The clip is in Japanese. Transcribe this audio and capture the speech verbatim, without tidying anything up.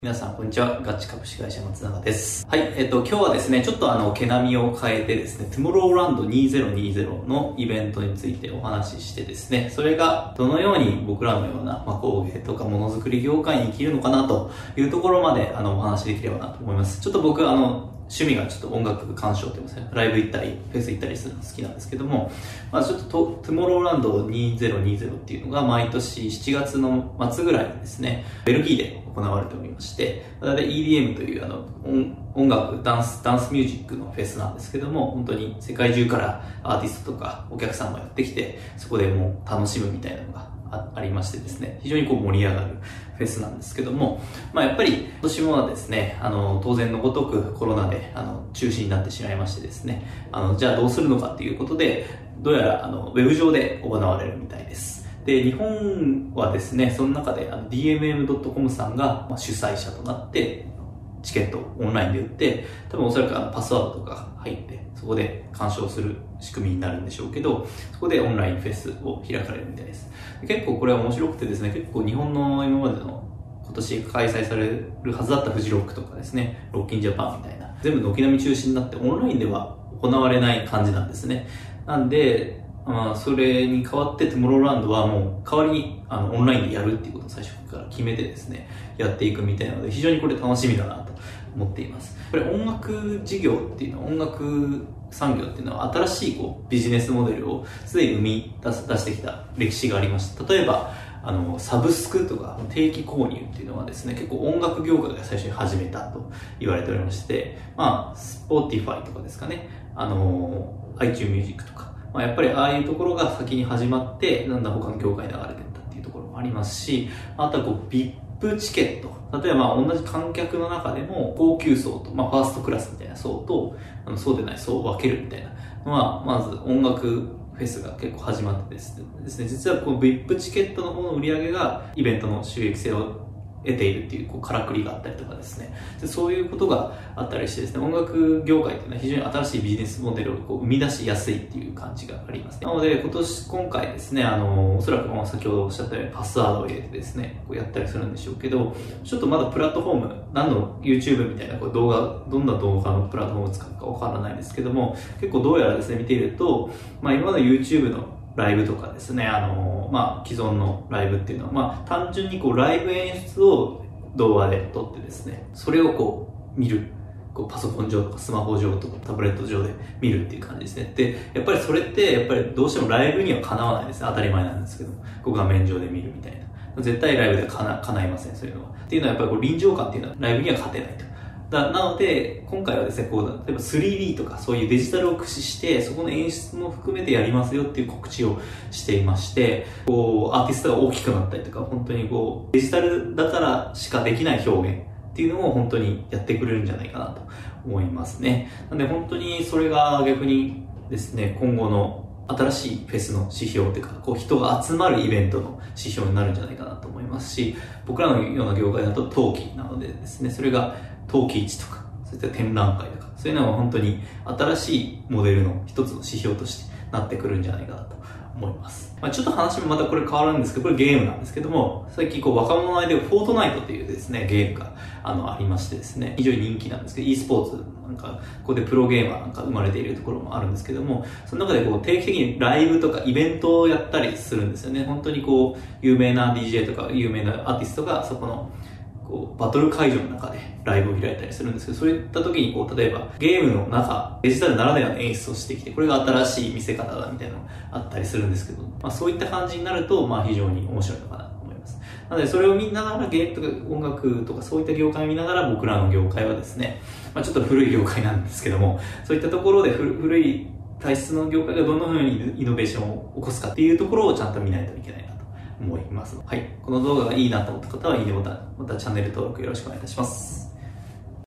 皆さん、こんにちは。ガッチ株式会社松永です。はい、えっと、今日はですね、ちょっとあの、毛並みを変えてですね、トゥモローランドにせんにじゅうのイベントについてお話ししてですね、それがどのように僕らのような、まあ、工芸とかものづくり業界に生きるのかなというところまで、あの、お話しできればなと思います。ちょっと僕、あの、趣味がちょっと音楽鑑賞って言いますね。ライブ行ったり、フェス行ったりするの好きなんですけども、まあちょっとトゥモローランドにせんにじゅうっていうのが毎年しちがつの末ぐらいにですね、ベルギーで行われておりまして、だいたい イーディーエム というあの音楽、ダンス、ダンスミュージックのフェスなんですけども、本当に世界中からアーティストとかお客さんもやってきて、そこでもう楽しむみたいなのがありましてですね、非常にこう盛り上がるフェスなんですけども、まあやっぱり今年もですね、あの、当然のごとくコロナであの中止になってしまいましてですね、あの、じゃあどうするのかっていうことで、どうやらあの、ウェブ上で行われるみたいです。で、日本はですね、その中であの ディーエムエムドットコム さんが主催者となって、チケットをオンラインで売って、多分おそらくあのパスワードとかが入って、そこで鑑賞する仕組みになるんでしょうけど、そこでオンラインフェスを開かれるみたいです。結構これは面白くてですね、結構日本の今までの今年開催されるはずだったフジロックとかですね、ロッキンジャパンみたいな、全部軒並み中止になってオンラインでは行われない感じなんですね。なんで、まあ、それに代わってトゥモローランドはもう代わりにあのオンラインでやるっていうことを最初から決めてですね、やっていくみたいなので非常にこれ楽しみだなと思っています。これ音楽事業っていうのは、音楽産業っていうのは新しいこうビジネスモデルをすでに生み出す出してきた歴史がありました。例えばあのサブスクとか定期購入っていうのはですね、結構音楽業界が最初に始めたと言われておりまして、まあ Spotify とかですかね、あの iTunes Music とか、まあ、やっぱりああいうところが先に始まって、だんだん他の業界に流れていったっていうところもありますし、あとはこう ブイアイピー チケット。例えばまあ同じ観客の中でも高級層と、まあファーストクラスみたいな層と、あのそうでない層を分けるみたいなのは、まず音楽フェスが結構始まってですね、実はこの ブイアイピー チケットの方の売り上げがイベントの収益性を得ているっていう、こう、からくりがあったりとかですね。でそういうことがあったりしてですね、音楽業界っていうのは非常に新しいビジネスモデルをこう生み出しやすいっていう感じがありますね。なので、今年、今回ですね、あの、おそらく先ほどおっしゃったようにパスワードを入れてですね、こうやったりするんでしょうけど、ちょっとまだプラットフォーム、何の YouTube みたいなこう動画、どんな動画のプラットフォームを使うかわからないですけども、結構どうやらですね、見ていると、まあ今まで YouTube のライブとかですね、あの、まあ既存のライブっていうのは、まあ単純にこうライブ演出を動画で撮ってですね、それをこう見る、こうパソコン上とかスマホ上とかタブレット上で見るっていう感じですね。で、やっぱりそれってやっぱりどうしてもライブにはかなわないですね。当たり前なんですけど、こう画面上で見るみたいな。絶対ライブではかな、かないません、そういうのは。っていうのはやっぱりこう臨場感っていうのはライブには勝てないと。だなので、今回はですね、こう、例えば スリーディー とかそういうデジタルを駆使して、そこの演出も含めてやりますよっていう告知をしていまして、こう、アーティストが大きくなったりとか、本当にこう、デジタルだからしかできない表現っていうのを本当にやってくれるんじゃないかなと思いますね。なので本当にそれが逆にですね、今後の新しいフェスの指標というか、こう人が集まるイベントの指標になるんじゃないかなと思いますし、僕らのような業界だと陶器なのでですね、それが陶器市とか、そういった展覧会とか、そういうのは本当に新しいモデルの一つの指標としてなってくるんじゃないかなと思います。まあ、ちょっと話もまたこれ変わるんですけど、これゲームなんですけども、最近こう若者の間でフォートナイトというですね、ゲームがあのありましてですね、非常に人気なんですけど、e スポーツなんか、ここでプロゲーマーなんか生まれているところもあるんですけども、その中でこう定期的にライブとかイベントをやったりするんですよね。本当にこう、有名な ディージェー とか有名なアーティストがそこのこうバトル会場の中でライブを開いたりするんですけど、そういった時にこう例えばゲームの中、デジタルならではの演出をしてきて、これが新しい見せ方だみたいなのがあったりするんですけど、まあそういった感じになると、まあ非常に面白いのかなと思います。なのでそれを見ながらゲームとか音楽とかそういった業界を見ながら僕らの業界はですね、まあちょっと古い業界なんですけども、そういったところで古い体質の業界がどのようにイノベーションを起こすかっていうところをちゃんと見ないといけないなと思います。はい。この動画がいいなと思った方は、いいねボタン、またチャンネル登録よろしくお願いいたします。